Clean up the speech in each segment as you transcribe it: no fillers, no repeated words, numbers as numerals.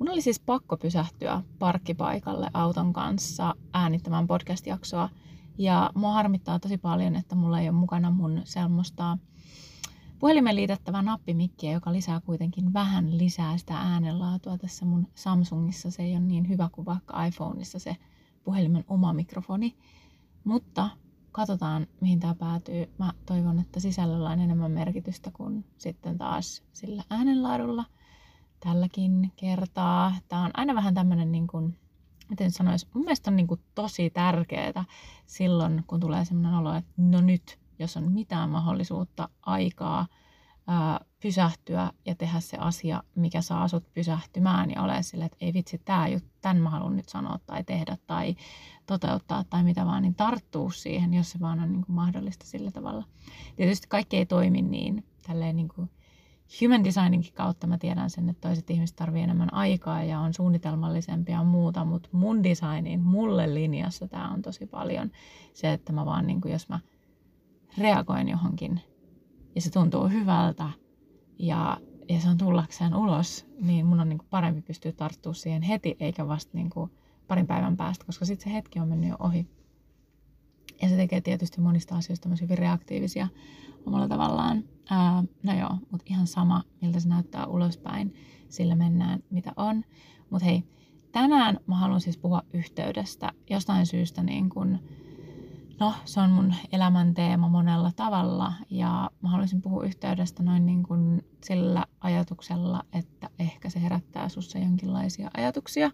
Mun oli siis pakko pysähtyä parkkipaikalle auton kanssa äänittämään podcast-jaksoa. Ja mua harmittaa tosi paljon, että mulla ei ole mukana mun semmoista puhelimeen liitettävää nappimikkiä, joka lisää kuitenkin vähän lisää sitä äänenlaatua. Tässä mun Samsungissa se ei ole niin hyvä kuin vaikka iPhoneissa se puhelimen oma mikrofoni. Mutta katsotaan, mihin tää päätyy. Mä toivon, että sisällöllä on enemmän merkitystä kuin sitten taas sillä äänenlaadulla. Tälläkin kertaa. Tää on aina vähän tämmönen, niin kuin, miten sanois, mun mielestä on niin kuin tosi tärkeää silloin, kun tulee semmoinen olo, että no nyt, jos on mitään mahdollisuutta, aikaa pysähtyä ja tehdä se asia, mikä saa sut pysähtymään ja ole silleen, että ei vitsi, tän mä haluan nyt sanoa tai tehdä tai toteuttaa tai mitä vaan, niin tarttuu siihen, jos se vaan on niin kuin mahdollista sillä tavalla. Tietysti kaikki ei toimi niin, tälleen niin kuin human designinkin kautta mä tiedän sen, että toiset ihmiset tarvii enemmän aikaa ja on suunnitelmallisempia ja muuta, mutta mun designin, mulle linjassa tää on tosi paljon se, että mä vaan niin kuin, jos mä reagoin johonkin ja se tuntuu hyvältä ja se on tullakseen ulos, niin mun on niin kuin parempi pystyä tarttumaan siihen heti eikä vasta niin kuin parin päivän päästä, koska sitten se hetki on mennyt jo ohi. Ja se tekee tietysti monista asioista myös hyvin reaktiivisia omalla tavallaan. No joo, mutta ihan sama, miltä se näyttää ulospäin, sillä mennään mitä on. Mutta hei, tänään mä haluan siis puhua yhteydestä jostain syystä niin kun, no se on mun elämänteema monella tavalla ja mä haluaisin puhua yhteydestä noin niin kun sillä ajatuksella, että ehkä se herättää sussa jonkinlaisia ajatuksia.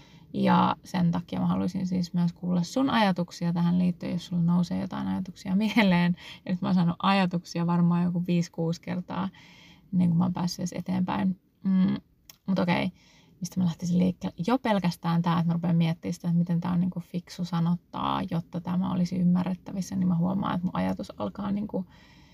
Ja sen takia mä haluaisin siis myös kuulla sun ajatuksia tähän liittyen, jos sulla nousee jotain ajatuksia mieleen. Ja nyt mä oon saanut ajatuksia varmaan joku 5-6 kertaa, niin kuin mä oon päässyt edes eteenpäin. Mutta okei, mistä mä lähtisin liikkeelle? Jo pelkästään tää, että mä rupean miettimään sitä, että miten tää on niin kuin fiksu sanottaa, jotta tämä olisi ymmärrettävissä, niin mä huomaan, että mun ajatus alkaa niin kuin,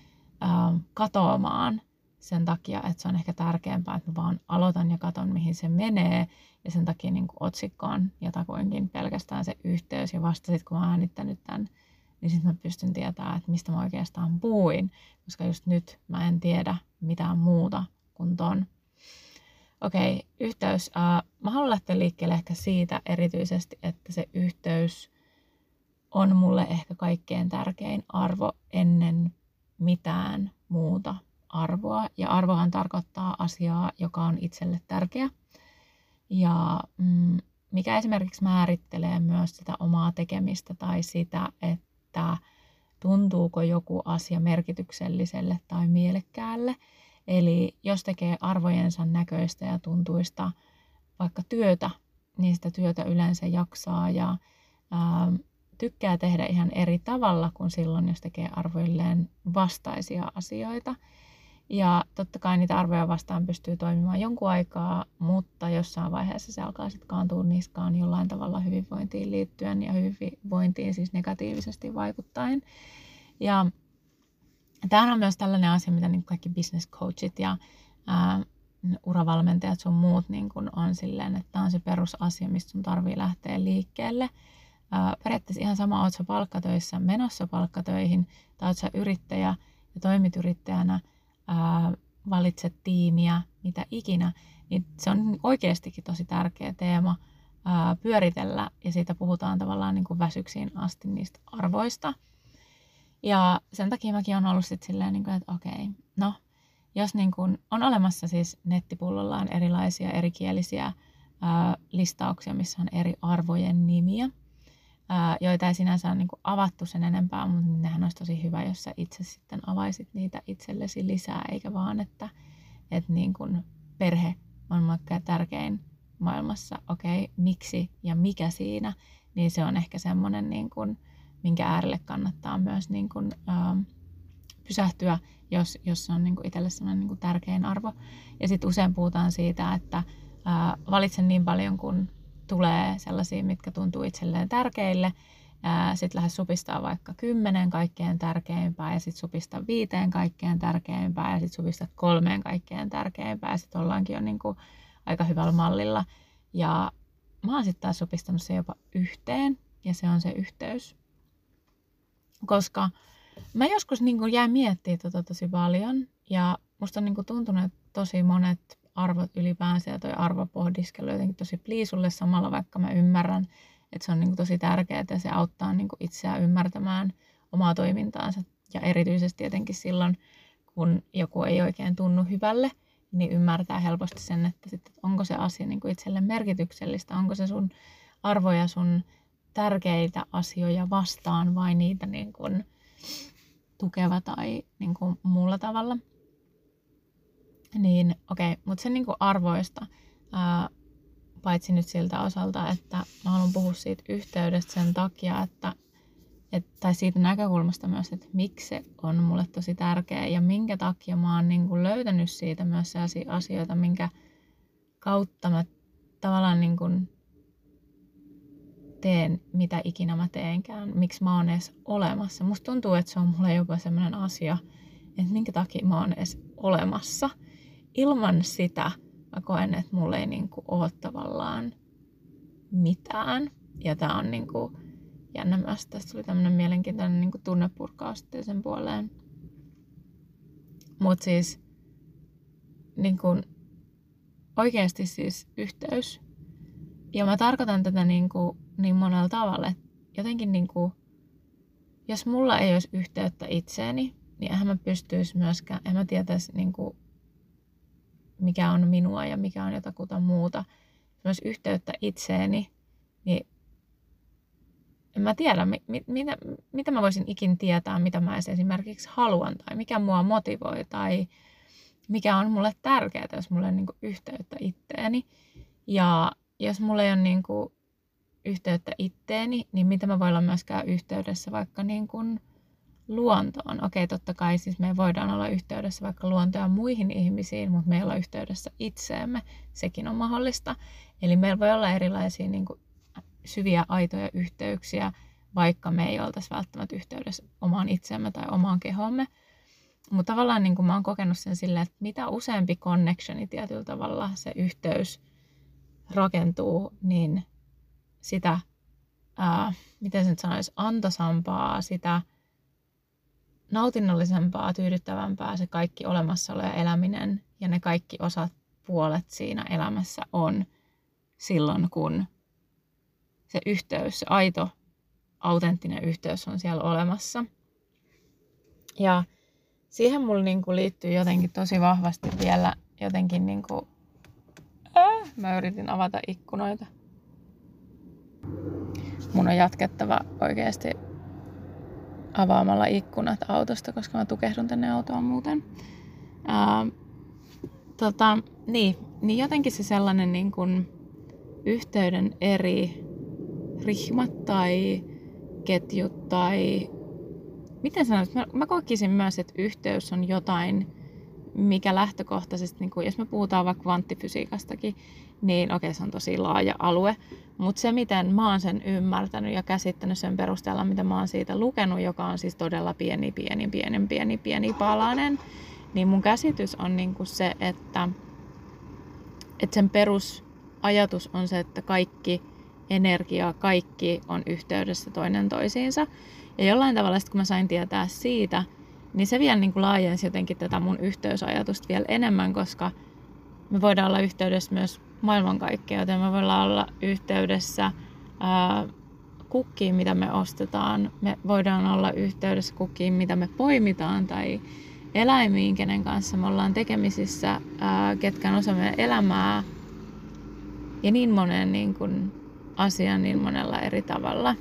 katoamaan. Sen takia, että se on ehkä tärkeämpää, että mä vaan aloitan ja katon, mihin se menee. Ja sen takia niin otsikkoon jotakuinkin pelkästään se yhteys. Ja vasta sitten, kun mä oon äänittänyt tämän, niin sitten mä pystyn tietämään, että mistä mä oikeastaan puhuin. Koska just nyt mä en tiedä mitään muuta kuin ton. Okei, yhteys. Mä haluan lähteä liikkeelle ehkä siitä erityisesti, että se yhteys on mulle ehkä kaikkein tärkein arvo ennen mitään muuta arvoa. Ja arvohan tarkoittaa asiaa, joka on itselle tärkeä. Ja mikä esimerkiksi määrittelee myös sitä omaa tekemistä tai sitä, että tuntuuko joku asia merkitykselliselle tai mielekkäälle. Eli jos tekee arvojensa näköistä ja tuntuista vaikka työtä, niin sitä työtä yleensä jaksaa ja tykkää tehdä ihan eri tavalla kuin silloin, jos tekee arvoilleen vastaisia asioita. Ja totta kai niitä arvoja vastaan pystyy toimimaan jonkun aikaa, mutta jossain vaiheessa se alkaa sitten kaantua niskaan jollain tavalla hyvinvointiin liittyen ja hyvinvointiin siis negatiivisesti vaikuttaen. Ja tämähän on myös tällainen asia, mitä niin kaikki business coachit ja uravalmentajat sun muut niin kun on silleen, että tämä on se perusasia, mistä sun tarvii lähteä liikkeelle. Periaatteessa ihan sama, oot sä palkkatöissä, menossa palkkatöihin, tai oot sä yrittäjä ja toimit yrittäjänä, valitset tiimiä, mitä ikinä, niin se on oikeastikin tosi tärkeä teema pyöritellä ja siitä puhutaan tavallaan niin kuin väsyksiin asti niistä arvoista. Ja sen takia mäkin on ollut sitten silleen, niin kuin, että okei, no jos niin kuin on olemassa siis nettipullollaan erilaisia erikielisiä listauksia, missä on eri arvojen nimiä, joita ei sinänsä ole niin kuin avattu sen enempää, mutta nehän olisi tosi hyvä, jos sä itse sitten avaisit niitä itsellesi lisää, eikä vaan, että niin kuin perhe on vaikka tärkein maailmassa, okei, miksi ja mikä siinä, niin se on ehkä semmoinen, niin kuin, minkä äärelle kannattaa myös niin kuin, pysähtyä, jos se on niin kuin itselle semmoinen niin kuin tärkein arvo. Ja sitten usein puhutaan siitä, että valitsen niin paljon kuin tulee sellaisia, mitkä tuntuu itselleen tärkeille. Sitten lähde supistaa vaikka 10 kaikkein tärkeimpää ja sitten supistaa 5 kaikkein tärkeimpää ja sitten supistaa 3 kaikkein tärkeimpää ja sitten ollaankin jo niin kuin aika hyvällä mallilla. Ja mä oon sitten taas supistanut se jopa 1 ja se on se yhteys. Koska mä joskus niin kuin jäin miettimään tosi paljon ja musta on niin kuin tuntunut, että tosi monet arvot ylipäänsä ja toi arvopohdiskelu jotenkin tosi pliisulle samalla, vaikka mä ymmärrän, että se on niin kuin tosi tärkeää ja se auttaa niin kuin itseään ymmärtämään omaa toimintaansa. Ja erityisesti tietenkin silloin, kun joku ei oikein tunnu hyvälle, niin ymmärtää helposti sen, että onko se asia niin kuin itselle merkityksellistä, onko se sun arvoja, sun tärkeitä asioita vastaan vai niitä niin kuin tukeva tai niin kuin muulla tavalla. Niin okei, mutta sen niin kuin arvoista, paitsi nyt siltä osalta, että mä haluan puhua siitä yhteydestä sen takia, tai siitä näkökulmasta myös, että miksi se on mulle tosi tärkeä ja minkä takia mä oon niin kuin löytänyt siitä myös sellaisia asioita, minkä kautta mä tavallaan niin kuin teen mitä ikinä mä teenkään, miksi mä oon edes olemassa. Musta tuntuu, että se on mulle jopa sellainen asia, että minkä takia mä oon edes olemassa. Ilman sitä mä koen, että mulla ei niinku ole tavallaan mitään. Ja tää on niinku jännä myös. Tästä tuli tämmönen mielenkiintoinen niinku tunnepurkaus sitten sen puoleen. Mut siis niinku oikeasti siis yhteys. Ja mä tarkoitan tätä niinku niin monella tavalla, että jotenkin niinku, jos mulla ei olisi yhteyttä itseeni, niin eihän mä pystyisi myöskään, en mä tietäisi niinku, mikä on minua ja mikä on jotakuta muuta. Jos olisi yhteyttä itseeni, niin en mä tiedä, mitä mä voisin ikin tietää, mitä mä esimerkiksi haluan tai mikä mua motivoi tai mikä on mulle tärkeää, jos mulla on niinku yhteyttä itteeni. Ja jos mulla ei ole niinku yhteyttä itteeni, niin mitä mä voin olla myöskään yhteydessä vaikka niinku luontoon. Okei, totta kai siis me voidaan olla yhteydessä vaikka luontoon ja muihin ihmisiin, mutta me ei olla yhteydessä itseemme. Sekin on mahdollista. Eli meillä voi olla erilaisia niinku syviä aitoja yhteyksiä, vaikka me ei oltaisi välttämättä yhteydessä omaan itseemme tai omaan kehomme. Mutta tavallaan niin mä oon kokenut sen silleen, että mitä useampi connectioni tietyllä tavalla se yhteys rakentuu, niin sitä, miten se nyt sanoisi, antoisampaa, sitä nautinnollisempaa, tyydyttävämpää se kaikki olemassaolo ja eläminen ja ne kaikki osat puolet siinä elämässä on silloin, kun se yhteys, se aito, autenttinen yhteys on siellä olemassa. Ja siihen mulla niinku liittyy jotenkin tosi vahvasti vielä jotenkin niinku, mä yritin avata ikkunoita. Mun on jatkettava oikeasti avaamalla ikkunat autosta, koska mä tukehdun tänne autoon muuten. Niin jotenkin se sellainen niin kuin yhteyden eri rihmat tai ketjut tai miten sanoisin, mä kokisin myös, että yhteys on jotain, mikä lähtökohtaisesti, niin kuin jos me puhutaan vaikka kvanttifysiikastakin, niin okei, se on tosi laaja alue, mutta se miten mä oon sen ymmärtänyt ja käsittänyt sen perusteella, mitä mä oon siitä lukenut, joka on siis todella pieni palanen, niin mun käsitys on niin kuin se, että sen perusajatus on se, että kaikki energia, kaikki on yhteydessä toinen toisiinsa. Ja jollain tavalla sitten, kun mä sain tietää siitä, niin se vielä niin kuin laajensi jotenkin tätä mun yhteysajatusta vielä enemmän, koska me voidaan olla yhteydessä myös maailmankaikkeuteen. Me voidaan olla yhteydessä kukkiin, mitä me ostetaan. Me voidaan olla yhteydessä kukkiin, mitä me poimitaan tai eläimiin, kenen kanssa me ollaan tekemisissä, ketkä on osa meidän elämää. Ja niin monen niin kuin asian niin monella eri tavalla.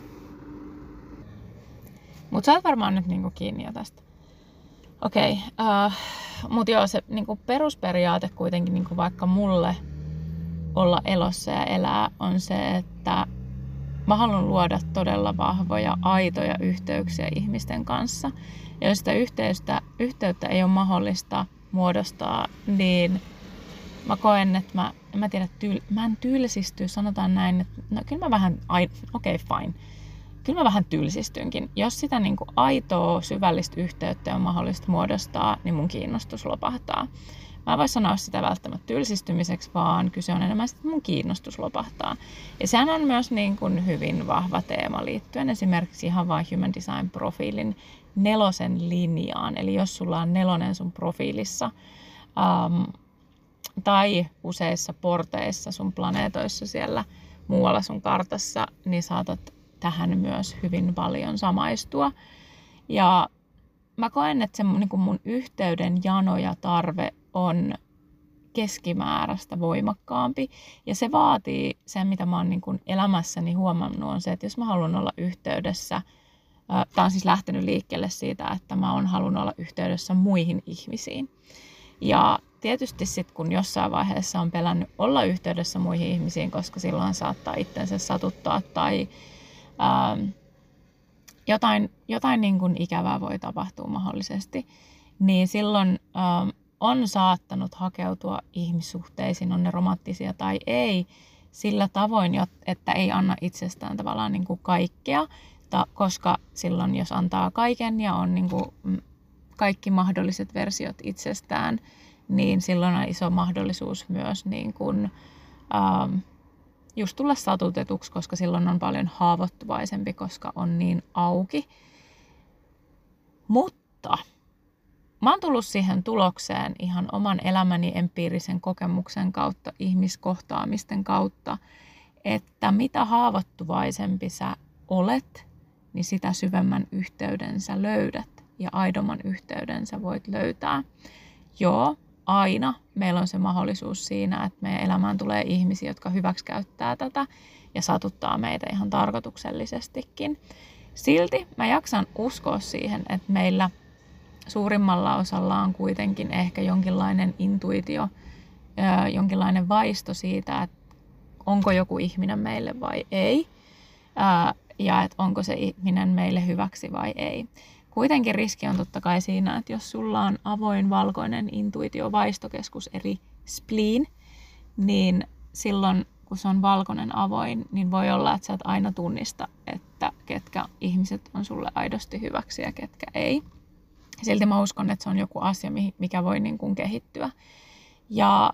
Mutta sä oot varmaan nyt niinku kiinni jo tästä. Okei, mutta joo, se niinku perusperiaate kuitenkin niinku vaikka mulle olla elossa ja elää on se, että mä haluan luoda todella vahvoja, aitoja yhteyksiä ihmisten kanssa. Ja jos sitä yhteyttä ei ole mahdollista muodostaa, niin mä koen, että mä en tylsisty, sanotaan näin, että no kyllä mä vähän, fine. Kyllä mä vähän tylsistynkin. Jos sitä niin kuin aitoa, syvällistä yhteyttä on mahdollista muodostaa, niin mun kiinnostus lopahtaa. Mä en voi sanoa sitä välttämättä tylsistymiseksi, vaan kyse on enemmän sitä, että mun kiinnostus lopahtaa. Ja sehän on myös niin kuin hyvin vahva teema liittyen esimerkiksi ihan vain Human Design-profiilin 4 linjaan. Eli jos sulla on 4 sun profiilissa, tai useissa porteissa sun planeetoissa siellä muualla sun kartassa, niin saatat tähän myös hyvin paljon samaistua. Ja mä koen, että se niin kuin mun yhteyden jano ja tarve on keskimääräistä voimakkaampi. Ja se vaatii sen, mitä mä oon niin kuin elämässäni huomannut, on se, että jos mä haluan olla yhteydessä, tää on siis lähtenyt liikkeelle siitä, että mä oon halunnut olla yhteydessä muihin ihmisiin. Ja tietysti sitten, kun jossain vaiheessa on pelännyt olla yhteydessä muihin ihmisiin, koska silloin saattaa itsensä satuttaa tai jotain niin kuin ikävää voi tapahtua mahdollisesti, niin silloin on saattanut hakeutua ihmissuhteisiin, on ne romanttisia tai ei, sillä tavoin, että ei anna itsestään tavallaan niin kuin kaikkea, koska silloin jos antaa kaiken ja on niin kuin kaikki mahdolliset versiot itsestään, niin silloin on iso mahdollisuus myös niin kuin, just tulla satutetuksi, koska silloin on paljon haavoittuvaisempi, koska on niin auki. Mutta mä oon tullut siihen tulokseen ihan oman elämäni empiirisen kokemuksen kautta, ihmiskohtaamisten kautta, että mitä haavoittuvaisempi sä olet, niin sitä syvemmän yhteyden sä löydät ja aidomman yhteyden sä voit löytää. Joo, aina meillä on se mahdollisuus siinä, että meidän elämään tulee ihmisiä, jotka hyväksikäyttää tätä ja satuttaa meitä ihan tarkoituksellisestikin. Silti mä jaksan uskoa siihen, että meillä suurimmalla osalla on kuitenkin ehkä jonkinlainen intuitio, jonkinlainen vaisto siitä, että onko joku ihminen meille vai ei, ja että onko se ihminen meille hyväksi vai ei. Kuitenkin riski on totta kai siinä, että jos sulla on avoin valkoinen intuitio-vaistokeskus eri spleen, niin silloin kun se on valkoinen avoin, niin voi olla, että sä et aina tunnista, että ketkä ihmiset on sulle aidosti hyväksi ja ketkä ei. Silti mä uskon, että se on joku asia, mikä voi niin kuin kehittyä. Ja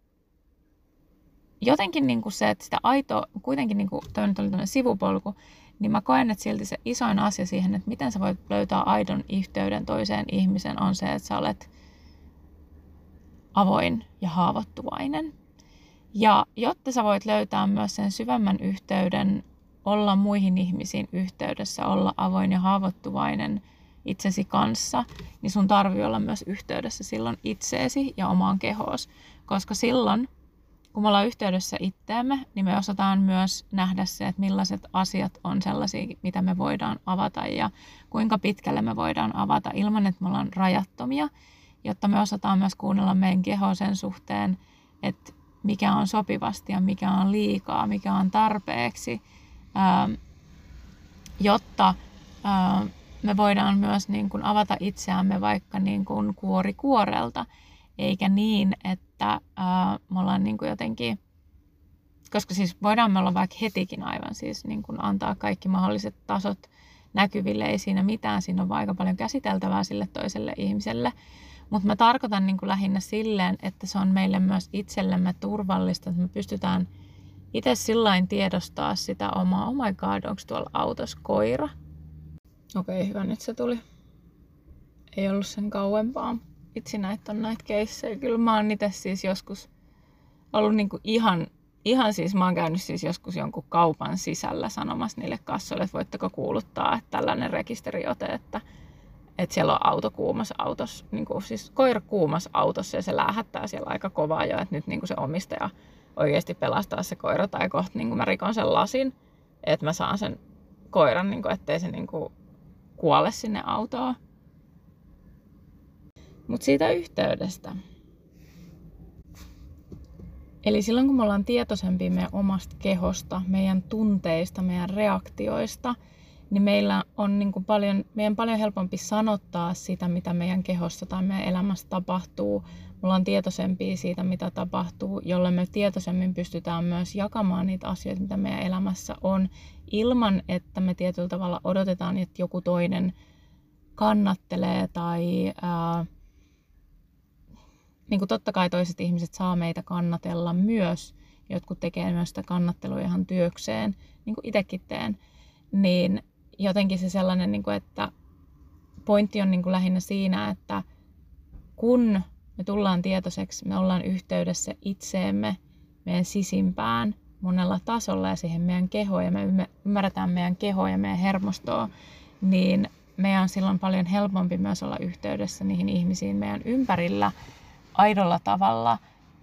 jotenkin niin kuin se, että sitä aitoa, kuitenkin niin kuin toi nyt oli tämmöinen sivupolku, niin mä koen, että silti se isoin asia siihen, että miten sä voit löytää aidon yhteyden toiseen ihmiseen, on se, että sä olet avoin ja haavoittuvainen. Ja jotta sä voit löytää myös sen syvemmän yhteyden, olla muihin ihmisiin yhteydessä, olla avoin ja haavoittuvainen itsesi kanssa, niin sun tarvii olla myös yhteydessä silloin itseesi ja omaan kehoos. Koska silloin, kun me ollaan yhteydessä itteemme, niin me osataan myös nähdä se, että millaiset asiat on sellaisia, mitä me voidaan avata ja kuinka pitkälle me voidaan avata ilman, että me ollaan rajattomia, jotta me osataan myös kuunnella meidän kehoa sen suhteen, että mikä on sopivasti ja mikä on liikaa, mikä on tarpeeksi, jotta me voidaan myös niin kuin avata itseämme vaikka niin kuin kuori kuorelta, eikä niin, että me ollaan niin kuin jotenkin, koska siis voidaan me olla vaikka hetikin aivan siis niin kuin antaa kaikki mahdolliset tasot näkyville, ei siinä mitään, siinä on vaan aika paljon käsiteltävää sille toiselle ihmiselle. Mutta mä tarkoitan niin kuin lähinnä silleen, että se on meille myös itsellemme turvallista, että me pystytään itse sillain tiedostaa sitä omaa, oh my god, onko tuolla autossa koira? Okei, hyvä, nyt se tuli. Ei ollut sen kauempaa. Itse näitä on näitä keissejä. Kyllä mä oon itse siis joskus ollut niinku ihan siis, mä oon käynyt siis joskus jonkun kaupan sisällä sanomassa niille kassoille, että voitteko kuuluttaa, että tällainen rekisteriote, että siellä on auto kuumassa autossa, niinku, siis koira kuumassa autossa ja se läähättää siellä aika kovaa jo, että nyt niinku se omistaja oikeasti pelastaa se koira tai kohta niinku mä rikon sen lasin, että mä saan sen koiran, niinku, ettei se niinku kuole sinne autoon. Mutta siitä yhteydestä. Eli silloin kun me ollaan tietoisempia meidän omasta kehosta, meidän tunteista, meidän reaktioista, niin meillä on niin kuin meidän paljon helpompi sanottaa sitä, mitä meidän kehossa tai meidän elämässä tapahtuu. Me ollaan tietoisempia siitä, mitä tapahtuu, jolloin me tietoisemmin pystytään myös jakamaan niitä asioita, mitä meidän elämässä on, ilman että me tietyllä tavalla odotetaan, että joku toinen kannattelee tai niin kuin totta kai toiset ihmiset saa meitä kannatella myös, jotkut tekee myös sitä kannattelua ihan työkseen, niin kuin itsekin teen, niin jotenkin se sellainen, niin kuin, että pointti on niin kuin lähinnä siinä, että kun me tullaan tietoiseksi, me ollaan yhteydessä itseemme, meidän sisimpään monella tasolla ja siihen meidän kehoon ja me ymmärretään meidän kehoa ja meidän hermostoa, niin meidän on silloin paljon helpompi myös olla yhteydessä niihin ihmisiin meidän ympärillä aidolla tavalla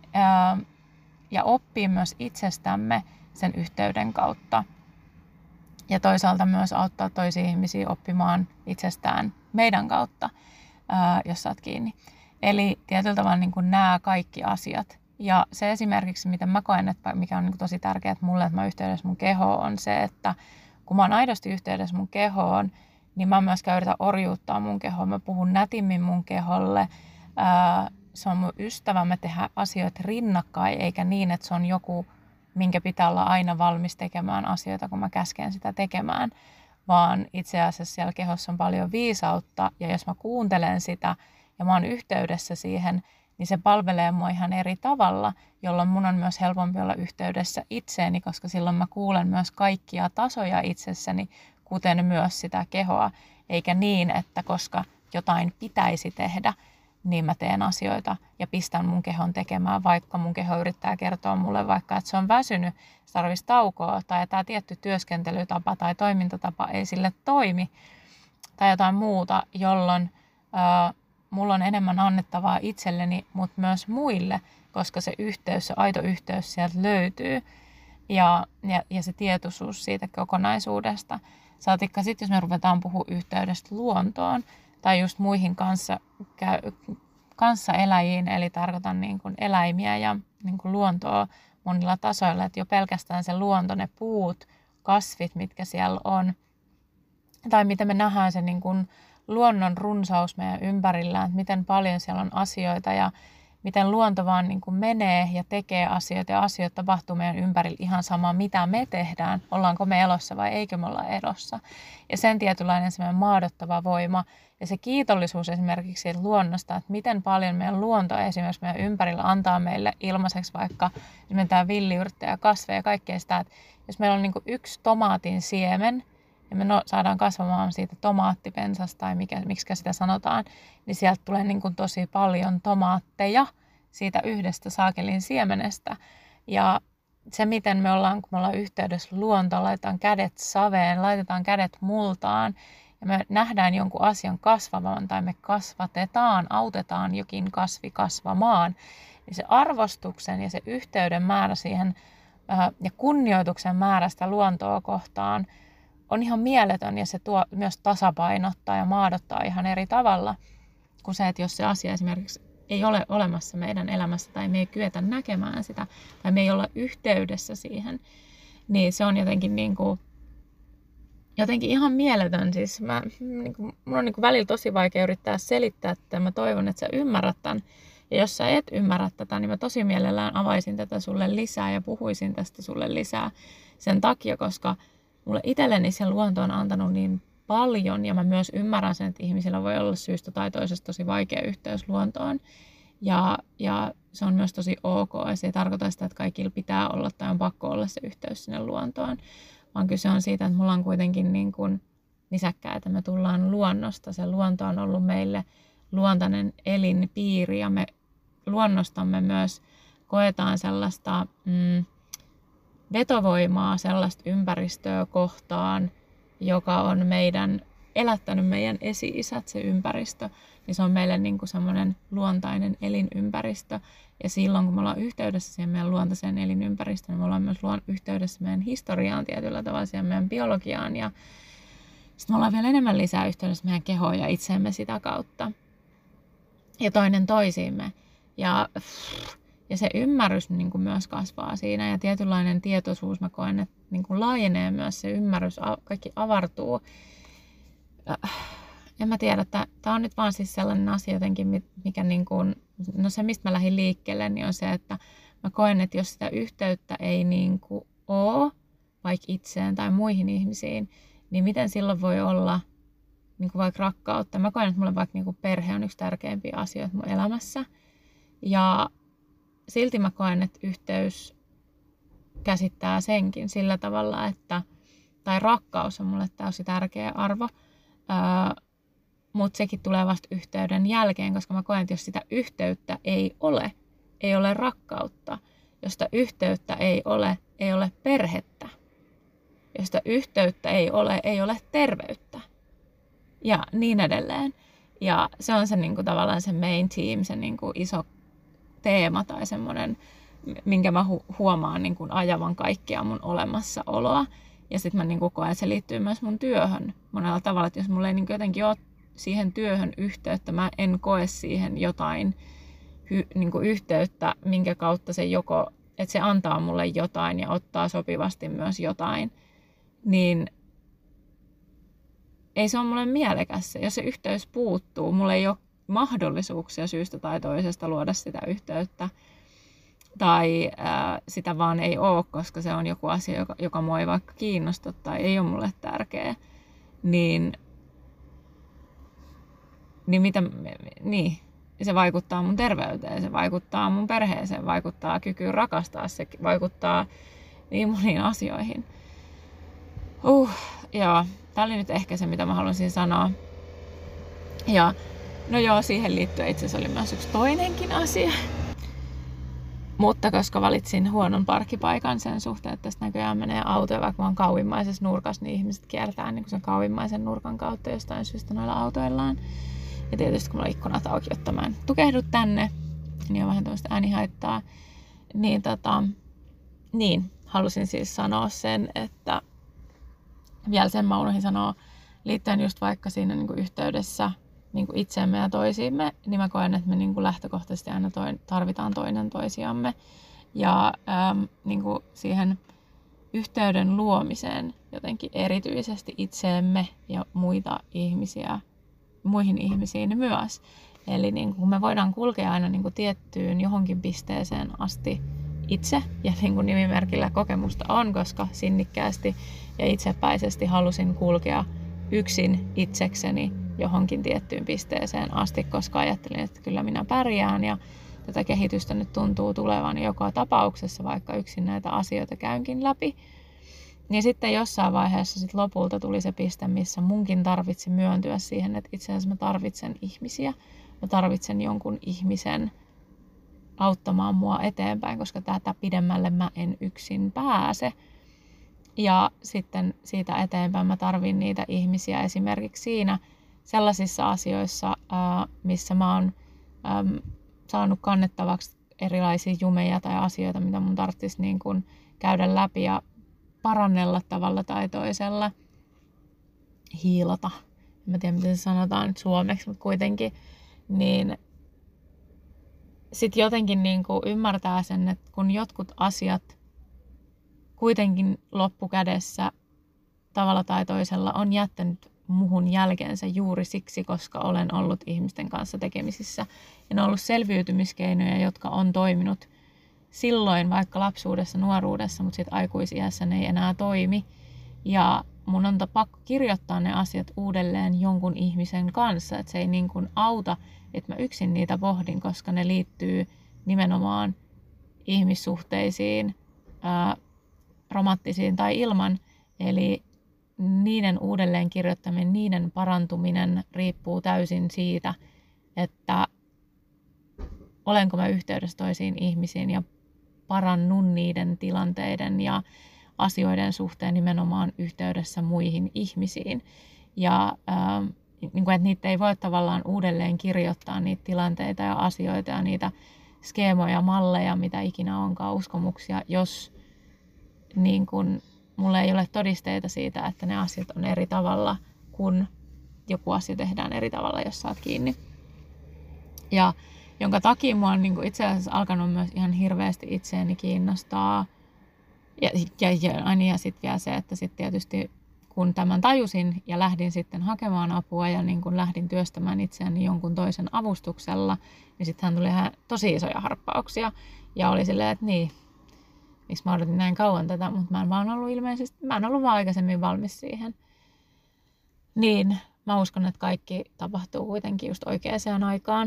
ja oppii myös itsestämme sen yhteyden kautta. Ja toisaalta myös auttaa toisia ihmisiä oppimaan itsestään meidän kautta, jos saat kiinni. Eli tietyllä tavalla niin kuin nämä kaikki asiat. Ja se esimerkiksi, miten mä koen, että mikä on niin kuin tosi tärkeää mulle, että mä oon yhteydessä mun kehoon, on se, että kun mä oon aidosti yhteydessä mun kehoon, niin mä myös yritän orjuuttaa mun kehoon. Mä puhun nätimmin mun keholle. Se on mun ystävä, me tehdään asioita rinnakkain, eikä niin, että se on joku, minkä pitää olla aina valmis tekemään asioita, kun mä käsken sitä tekemään. Vaan itse asiassa siellä kehossa on paljon viisautta, ja jos mä kuuntelen sitä, ja mä oon yhteydessä siihen, niin se palvelee mua ihan eri tavalla, jolloin mun on myös helpompi olla yhteydessä itseeni, koska silloin mä kuulen myös kaikkia tasoja itsessäni, kuten myös sitä kehoa, eikä niin, että koska jotain pitäisi tehdä, niin mä teen asioita ja pistän mun kehon tekemään, vaikka mun keho yrittää kertoa mulle vaikka, että se on väsynyt, se tarvitsisi taukoa, tai tämä tietty työskentelytapa tai toimintatapa ei sille toimi, tai jotain muuta, jolloin mulla on enemmän annettavaa itselleni, mutta myös muille, koska se yhteys, se aito yhteys sieltä löytyy ja se tietoisuus siitä kokonaisuudesta. Saatikka sitten, jos me ruvetaan puhua yhteydestä luontoon tai just muihin kanssaeläjiin, eli tarkoitan niin kuin eläimiä ja niin kuin luontoa monilla tasoilla, että jo pelkästään se luonto, ne puut, kasvit, mitkä siellä on, tai miten me nähdään se niin kuin luonnon runsaus meidän ympärillä, että miten paljon siellä on asioita ja miten luonto vaan niin kuin menee ja tekee asioita ja asioita tapahtuu meidän ympärillä ihan sama, mitä me tehdään, ollaanko me elossa vai eikö me olla elossa. Ja sen tietynlainen semmoinen maadottava voima ja se kiitollisuus esimerkiksi siitä luonnosta, että miten paljon meidän luonto esimerkiksi meidän ympärillä antaa meille ilmaiseksi vaikka nimetään villiyrttejä, kasveja ja kaikkea sitä, että jos meillä on niin kuin yksi tomaatin siemen, ja me saadaan kasvamaan siitä tomaattipensasta tai miksi sitä sanotaan, niin sieltä tulee niin kuin tosi paljon tomaatteja siitä yhdestä saakelin siemenestä. Ja se, miten me ollaan, kun me ollaan yhteydessä luontoon, laitetaan kädet saveen, laitetaan kädet multaan, ja me nähdään jonkun asian kasvavan tai me kasvatetaan, autetaan jokin kasvi kasvamaan, niin se arvostuksen ja se yhteyden määrä siihen ja kunnioituksen määrästä luontoa kohtaan on ihan mieletön ja se tuo myös tasapainottaa ja maadottaa ihan eri tavalla kuin se, että jos se asia esimerkiksi ei ole olemassa meidän elämässä tai me ei kyetä näkemään sitä tai me ei olla yhteydessä siihen, niin se on jotenkin ihan mieletön. Siis mun on välillä tosi vaikea yrittää selittää, että mä toivon, että sä ymmärrät tämän. Ja jos sä et ymmärrä tätä, niin mä tosi mielellään avaisin tätä sulle lisää ja puhuisin tästä sulle lisää sen takia, koska mulle itselleni se luonto on antanut niin paljon ja mä myös ymmärrän sen, että ihmisillä voi olla syystä tai toisesta tosi vaikea yhteys luontoon. Ja se on myös tosi ok ja se ei tarkoita sitä, että kaikilla pitää olla tai on pakko olla se yhteys sinne luontoon. Vaan kyse on siitä, että mulla on kuitenkin niin kuin nisäkkää, että me tullaan luonnosta. Se luonto on ollut meille luontainen elinpiiri ja me luonnostamme myös koetaan sellaista vetovoimaa, sellaista ympäristöä kohtaan, joka on elättänyt meidän esi-isät, se ympäristö, niin se on meille niin kuin semmoinen luontainen elinympäristö. Ja silloin, kun me ollaan yhteydessä siihen meidän luontaiseen elinympäristöön, me ollaan myös yhteydessä meidän historiaan tietyllä tavalla, siihen meidän biologiaan. Ja sitten me ollaan vielä enemmän lisää yhteydessä meidän kehoon ja itseemme sitä kautta. Ja toinen toisiimme. Ja se ymmärrys niin kuin myös kasvaa siinä ja tietynlainen tietoisuus, mä koen, että niin kuin laajenee myös se ymmärrys, kaikki avartuu. En mä tiedä, että tämä on nyt vaan siis sellainen asia jotenkin, mikä niin kuin, no se mistä mä lähdin liikkeelle, niin on se, että mä koen, että jos sitä yhteyttä ei niin kuin ole, vaikka itseen tai muihin ihmisiin, niin miten silloin voi olla niin kuin vaikka rakkautta. Mä koen, että mulle vaikka niin kuin perhe on yksi tärkeimpiä asioita mun elämässä. Ja silti mä koen, että yhteys käsittää senkin sillä tavalla, että, tai rakkaus on mulle täysin tärkeä arvo, mutta sekin tulee vasta yhteyden jälkeen, koska mä koen, että jos sitä yhteyttä ei ole rakkautta. Jos sitä yhteyttä ei ole perhettä. Jos sitä yhteyttä ei ole terveyttä. Ja niin edelleen. Ja se on se niinku tavallaan se main theme, se niinku iso teema tai semmoinen, minkä mä huomaan niinku ajavan kaikkia mun olemassaoloa. Ja sitten mä niinku koen, että se liittyy myös mun työhön monella tavalla. Että jos mulla ei niinku jotenkin ole siihen työhön yhteyttä, mä en koe siihen jotain niinku yhteyttä, minkä kautta se joko, että se antaa mulle jotain ja ottaa sopivasti myös jotain, niin ei se ole mulle mielekäs. Jos se yhteys puuttuu, mulla ei ole mahdollisuuksia syystä tai toisesta luoda sitä yhteyttä. Tai sitä vaan ei ole, koska se on joku asia, joka mua ei vaikka kiinnosta tai ei ole mulle tärkeä. Niin se vaikuttaa mun terveyteen, se vaikuttaa mun perheeseen, vaikuttaa kykyyn rakastaa, se vaikuttaa niin moniin asioihin. Joo, tää oli nyt ehkä se, mitä mä haluaisin sanoa. Ja no joo, siihen liittyen itse asiassa oli myös yksi toinenkin asia. Mutta koska valitsin huonon parkkipaikan sen suhteen, että tästä näköjään menee autoja, vaikka mä oon kauimmaisessa nurkassa, niin ihmiset kiertää niin sen kauimmaisen nurkan kautta jostain syystä noilla autoillaan. Ja tietysti kun mulla on ikkunat auki, jotta mä en tukehdu tänne, niin on vähän tämmöistä äänihaittaa. Niin, halusin siis sanoa sen, että vielä sen mä unohdin sanoa liittyen just vaikka siinä niin kuin yhteydessä niin kuin itseemme ja toisiimme, niin mä koen, että me niin kuin lähtökohtaisesti aina tarvitaan toinen toisiamme. Ja niin kuin siihen yhteyden luomiseen jotenkin erityisesti itseemme ja muihin ihmisiin myös. Eli niin kuin me voidaan kulkea aina niin kuin tiettyyn johonkin pisteeseen asti itse, ja niin kuin nimimerkillä kokemusta on, koska sinnikkäästi ja itsepäisesti halusin kulkea yksin itsekseni johonkin tiettyyn pisteeseen asti, koska ajattelin, että kyllä minä pärjään ja tätä kehitystä nyt tuntuu tulevan joka tapauksessa, vaikka yksin näitä asioita käynkin läpi. Niin sitten jossain vaiheessa sit lopulta tuli se piste, missä munkin tarvitsi myöntyä siihen, että itse asiassa mä tarvitsen ihmisiä. Mä tarvitsen jonkun ihmisen auttamaan mua eteenpäin, koska tätä pidemmälle mä en yksin pääse. Ja sitten siitä eteenpäin mä tarvin niitä ihmisiä esimerkiksi siinä sellaisissa asioissa, missä mä oon saanut kannettavaksi erilaisia jumeja tai asioita, mitä mun tarvitsisi niin kuin käydä läpi ja parannella tavalla tai toisella. Hiilata. En tiedä, miten se sanotaan nyt suomeksi, mutta kuitenkin. Niin sitten jotenkin niin kuin ymmärtää sen, että kun jotkut asiat kuitenkin loppukädessä tavalla tai toisella on jättänyt muhun jälkeensä juuri siksi, koska olen ollut ihmisten kanssa tekemisissä. Ja ne on ollut selviytymiskeinoja, jotka on toiminut silloin vaikka lapsuudessa, nuoruudessa, mutta sitten aikuisiässä ne ei enää toimi. Ja mun on pakko kirjoittaa ne asiat uudelleen jonkun ihmisen kanssa. Että se ei niin kuin auta, että mä yksin niitä pohdin, koska ne liittyy nimenomaan ihmissuhteisiin, romanttisiin tai ilman. Eli niiden uudelleen kirjoittaminen, niiden parantuminen riippuu täysin siitä, että olenko mä yhteydessä toisiin ihmisiin ja parannun niiden tilanteiden ja asioiden suhteen nimenomaan yhteydessä muihin ihmisiin. Ja niin kuin, että niitä ei voi tavallaan uudelleen kirjoittaa niitä tilanteita ja asioita ja niitä skeemoja, malleja, mitä ikinä onkaan, uskomuksia, jos niin kuin mulla ei ole todisteita siitä, että ne asiat on eri tavalla, kun joku asia tehdään eri tavalla, jos saat kiinni. Ja jonka takia mua on niin kuin itse asiassa alkanut myös ihan hirveästi itseäni kiinnostaa. Ja sitten vielä se, että sitten tietysti kun tämän tajusin ja lähdin sitten hakemaan apua ja niin kun lähdin työstämään itseäni jonkun toisen avustuksella, niin sittenhän tuli ihan tosi isoja harppauksia. Ja oli silleen, että niin, miksi mä odotin näin kauan tätä, mutta mä en ollut vaan aikaisemmin valmis siihen. Niin, mä uskon, että kaikki tapahtuu kuitenkin just oikeaan aikaan.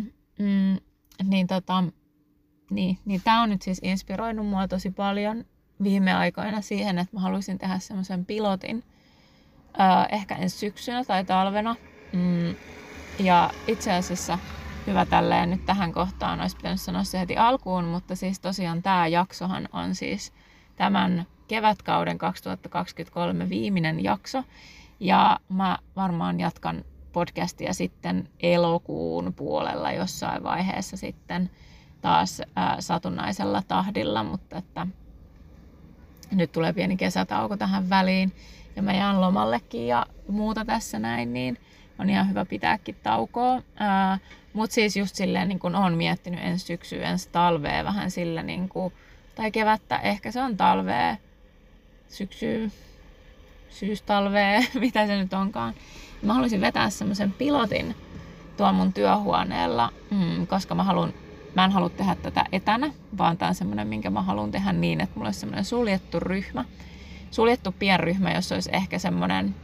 Niin tää on nyt siis inspiroinut mua tosi paljon viime aikoina siihen, että mä haluaisin tehdä semmoisen pilotin ehkä ensi syksynä tai talvena, Ja itse asiassa hyvä tälleen nyt tähän kohtaan, olisi pitänyt sanoa se heti alkuun, mutta siis tosiaan tämä jaksohan on siis tämän kevätkauden 2023 viimeinen jakso. Ja mä varmaan jatkan podcastia sitten elokuun puolella jossain vaiheessa sitten taas satunnaisella tahdilla, mutta että nyt tulee pieni kesätauko tähän väliin ja mä jään lomallekin ja muuta tässä näin, niin on ihan hyvä pitääkin taukoa. Mutta siis just silleen niin kun oon miettinyt ensi syksyä, ensi talvea vähän sillä niin kuin, tai kevättä, ehkä se on talvea, syksyä, syystalvea, mitä se nyt onkaan. Mä haluaisin vetää semmoisen pilotin tuolla mun työhuoneella, koska mä en halua tehdä tätä etänä, vaan tää on semmoinen, minkä mä haluan tehdä niin, että mulla olisi semmoinen suljettu ryhmä. Suljettu pienryhmä, jossa olisi ehkä semmoinen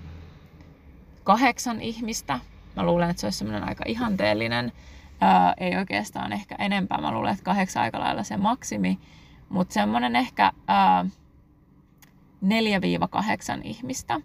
8 ihmistä. Mä luulen, että se olisi semmoinen aika ihanteellinen. Ei oikeastaan ehkä enempää. Mä luulen, että 8 aika lailla se maksimi. Mutta semmoinen ehkä 4-8 ihmistä.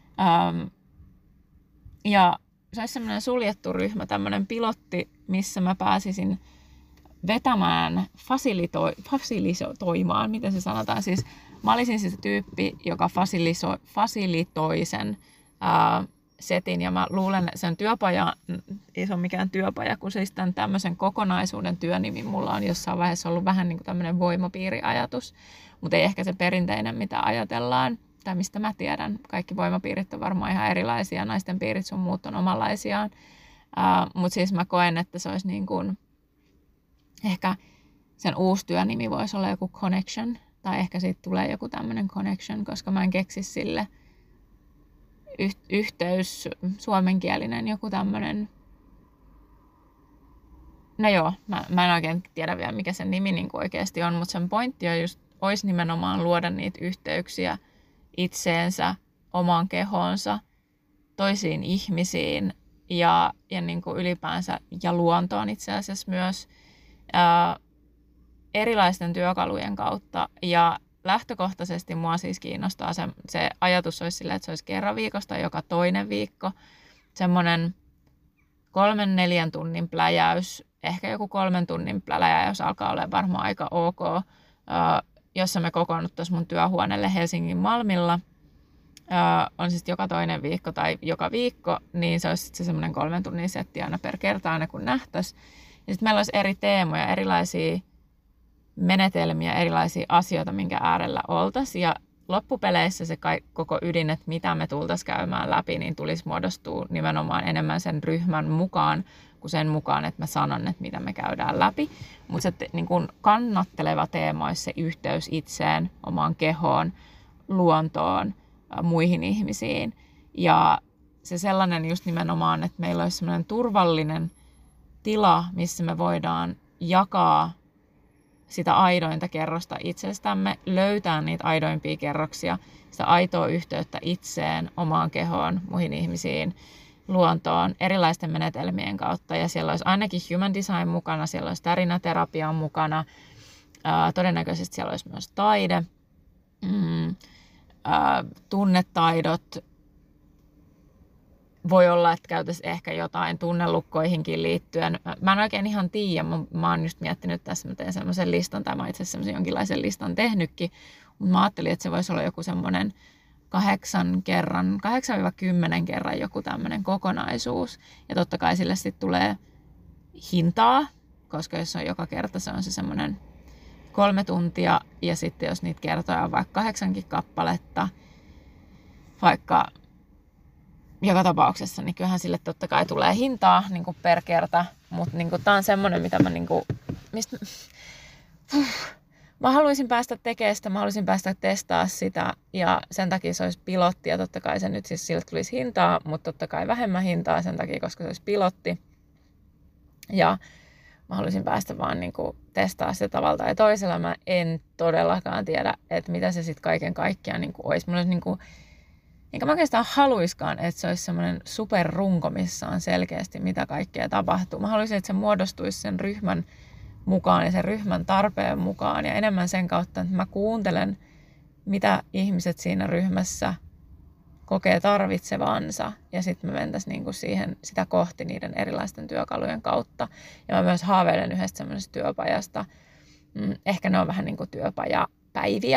Ja se olisi semmoinen suljettu ryhmä, tämmöinen pilotti, missä mä pääsisin vetämään, fasilitoimaan, miten se sanotaan. Siis mä olisin se tyyppi, joka fasilitoi sen setin, ja mä luulen, että sen työpaja, ei se ole mikään työpaja, kun siis tämän tämmöisen kokonaisuuden työnimi mulla on jossain vaiheessa ollut vähän niin kuin tämmöinen voimapiiriajatus, mutta ei ehkä se perinteinen, mitä ajatellaan, tai mistä mä tiedän. Kaikki voimapiirit on varmaan ihan erilaisia, naisten piirit sun muut on omanlaisiaan, mutta siis mä koen, että se olisi niin kuin, ehkä sen uusi työnimi voisi olla joku connection, tai ehkä siitä tulee joku tämmöinen connection, koska mä en keksi sille yhteys, suomenkielinen joku tämmöinen. No joo, mä en oikein tiedä vielä mikä sen nimi niin kuin oikeasti on, mutta sen pointti on just, olisi nimenomaan luoda niitä yhteyksiä itseensä, omaan kehoonsa, toisiin ihmisiin ja niin kuin ylipäänsä ja luontoon itse asiassa myös erilaisten työkalujen kautta. Ja lähtökohtaisesti mua siis kiinnostaa se ajatus olisi silleen, että se olisi kerran viikosta joka toinen viikko. Semmoinen 3-4 tunnin pläjäys, ehkä joku 3 tunnin pläjäys alkaa olla varmaan aika ok, jossa me kokoonnuttaisiin mun työhuoneelle Helsingin Malmilla. On siis joka toinen viikko tai joka viikko, niin se olisi se semmoinen 3 tunnin setti aina per kerta aina kun nähtäisiin. Ja sitten meillä olisi eri teemoja, erilaisia menetelmiä, erilaisia asioita, minkä äärellä oltaisiin. Ja loppupeleissä se koko ydin, että mitä me tultaisiin käymään läpi, niin tulisi muodostua nimenomaan enemmän sen ryhmän mukaan kuin sen mukaan, että mä sanon, että mitä me käydään läpi. Mutta se niin kun kannatteleva teema olisi se yhteys itseen, omaan kehoon, luontoon, muihin ihmisiin. Ja se sellainen just nimenomaan, että meillä olisi sellainen turvallinen tila, missä me voidaan jakaa sitä aidointa kerrosta itsestämme, löytää niitä aidoimpia kerroksia, sitä aitoa yhteyttä itseen, omaan kehoon, muihin ihmisiin, luontoon, erilaisten menetelmien kautta. Ja siellä olisi ainakin human design mukana, siellä olisi tarinaterapiaa mukana, todennäköisesti siellä olisi myös taide, tunnetaidot. Voi olla, että käytäisiin ehkä jotain tunnelukkoihinkin liittyen. Mä en oikein ihan tiedä. Mä oon just miettinyt tässä, mä teen semmoisen listan, tai mä itse asiassa semmoisen jonkinlaisen listan tehnytkin. Mutta mä ajattelin, että se voisi olla joku semmoinen 8-10 kerran joku tämmöinen kokonaisuus. Ja totta kai sille sitten tulee hintaa, koska jos on joka kerta, se on se semmoinen 3 tuntia. Ja sitten jos niitä kertoja on vaikka 8 kappaletta, vaikka joka tapauksessa, niin kyllähän sille totta kai tulee hintaa niin kuin per kerta, mutta niin tämä on semmoinen, mitä mä, niin kuin, mistä, mä haluaisin päästä tekemään sitä, mä haluaisin päästä testaa sitä, ja sen takia se olisi pilotti, ja totta kai se nyt siis sille tulisi hintaa, mutta totta kai vähemmän hintaa sen takia, koska se olisi pilotti, ja mä haluaisin päästä vaan niin kuin testaa sitä tavalla tai toisella. Mä en todellakaan tiedä, että mitä se sitten kaiken kaikkiaan niin kuin olisi. Mulla olisi niin kuin, enkä mä oikeastaan haluiskaan, että se olisi semmoinen superrunko, missä on selkeästi mitä kaikkea tapahtuu. Mä haluaisin, että se muodostuisi sen ryhmän mukaan ja sen ryhmän tarpeen mukaan. Ja enemmän sen kautta, että mä kuuntelen, mitä ihmiset siinä ryhmässä kokee tarvitsevansa ja sitten me mentäisiin niinku sitä kohti niiden erilaisten työkalujen kautta. Ja mä myös haaveilen yhdestä semmoisesta työpajasta. Ehkä ne on vähän niin kuin työpajapäiviä.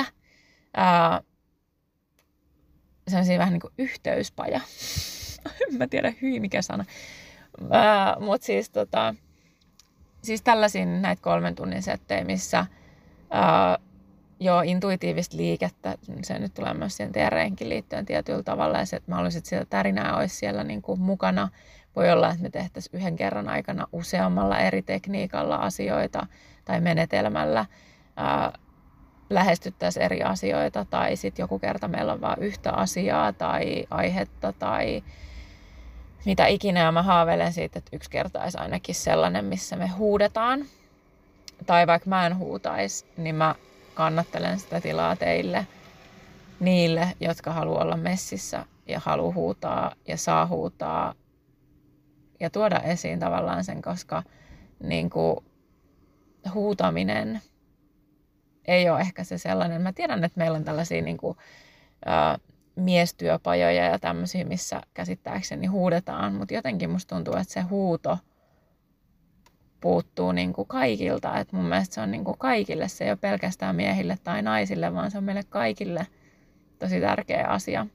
Sellaisia vähän niin kuin yhteyspaja. En mä tiedä mikä sana. Mutta siis tällaisia näitä 3 tunnin settejä, missä intuitiivista liikettä, se nyt tulee myös siihen TR:henkin liittyen tietyllä tavalla, ja se, että mä haluaisin, että sitä tärinää olisi siellä niin kuin mukana. Voi olla, että me tehtäisiin yhden kerran aikana useammalla eri tekniikalla asioita tai menetelmällä, lähestyttäisiin eri asioita, tai sitten joku kerta meillä on vain yhtä asiaa tai aihetta tai mitä ikinä, ja mä haaveilen siitä, että yksi kerta olisi ainakin sellainen, missä me huudetaan. Tai vaikka mä en huutaisi, niin mä kannattelen sitä tilaa teille, niille, jotka haluaa olla messissä ja haluaa huutaa ja saa huutaa ja tuoda esiin tavallaan sen, koska niin kuin, huutaminen ei ole ehkä se sellainen. Mä tiedän, että meillä on tällaisia niin kuin, miestyöpajoja ja tämmöisiä, missä käsittääkseni huudetaan, mutta jotenkin musta tuntuu, että se huuto puuttuu niin kuin kaikilta. Et mun mielestä se on niin kuin kaikille, se ei ole pelkästään miehille tai naisille, vaan se on meille kaikille tosi tärkeä asia.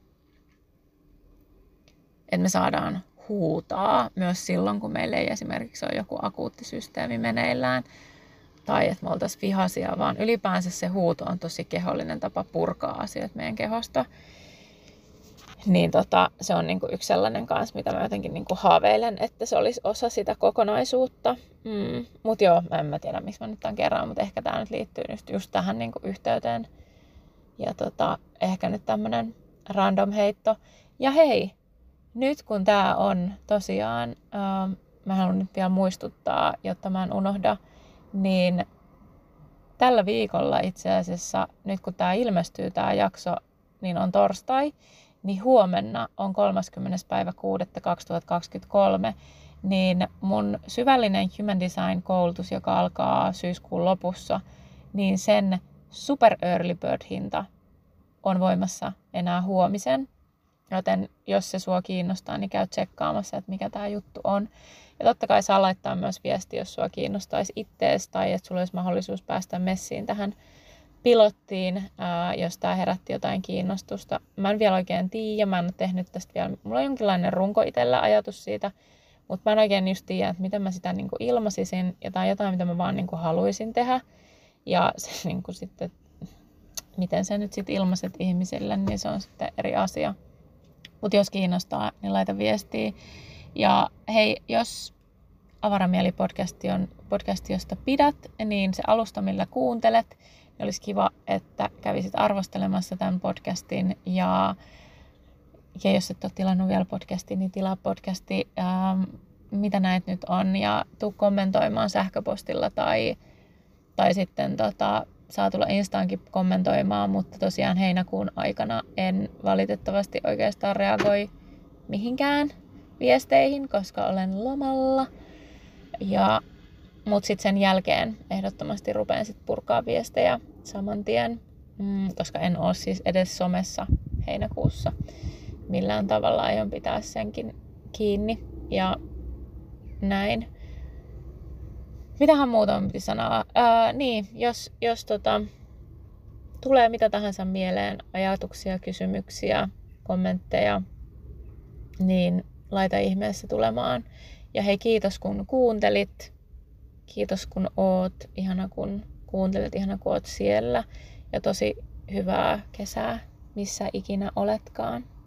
Että me saadaan huutaa myös silloin, kun meillä ei esimerkiksi ole joku akuutti systeemi meneillään tai että me oltaisiin vihaisia, vaan ylipäänsä se huuto on tosi kehollinen tapa purkaa asioita meidän kehosta. Niin se on niinku yksi sellainen kanssa, mitä mä jotenkin niinku haaveilen, että se olisi osa sitä kokonaisuutta. Mutta joo, en mä tiedä, miksi mä nyt tämän kerran, mutta ehkä tämä nyt liittyy just tähän niinku yhteyteen. Ja ehkä nyt tämmönen random heitto. Ja hei, nyt kun tää on tosiaan, mä haluan nyt vielä muistuttaa, jotta mä en unohda, niin tällä viikolla itse asiassa, nyt kun tää ilmestyy tää jakso, niin on torstai, niin huomenna on 30.6.2023, niin mun syvällinen Human Design-koulutus, joka alkaa syyskuun lopussa, niin sen super early bird hinta on voimassa enää huomisen. Joten jos se sua kiinnostaa, niin käy tsekkaamassa, että mikä tää juttu on. Ja totta kai saa laittaa myös viesti, jos sua kiinnostaisi ittees tai että sulla olisi mahdollisuus päästä messiin tähän pilottiin, jos tää herätti jotain kiinnostusta. Mä en vielä oikein tiedä, mä en ole tehnyt tästä vielä, mulla on jonkinlainen runko itsellä ajatus siitä, mutta mä en oikein just tiedä, että miten mä sitä niinku ilmaisisin, ja tai jotain, mitä mä vaan niinku haluaisin tehdä. Ja se niinku sitten, miten sä nyt sitten ilmaiset ihmisille, niin se on sitten eri asia. Mutta jos kiinnostaa, niin laita viestiä. Ja hei, jos Avaramieli-podcasti on podcasti, josta pidät, niin se alusta, millä kuuntelet, niin olisi kiva, että kävisit arvostelemassa tämän podcastin. Ja jos et ole tilannut vielä podcastia, niin tilaa podcasti, mitä näet nyt on. Ja tuu kommentoimaan sähköpostilla tai sitten saa tulla Instaankin kommentoimaan, mutta tosiaan heinäkuun aikana en valitettavasti oikeastaan reagoi mihinkään viesteihin, koska olen lomalla. Mutta sitten sen jälkeen ehdottomasti rupean sit purkaa viestejä saman tien, koska en ole siis edes somessa heinäkuussa millään tavalla, aion pitää senkin kiinni ja näin. Mitähän muuta piti sanoa? Niin, jos tulee mitä tahansa mieleen, ajatuksia, kysymyksiä, kommentteja, niin laita ihmeessä tulemaan. Ja hei, kiitos kun kuuntelit. Kiitos kun oot. Ihana kun kuuntelet, ihana kun oot siellä. Ja tosi hyvää kesää, missä ikinä oletkaan.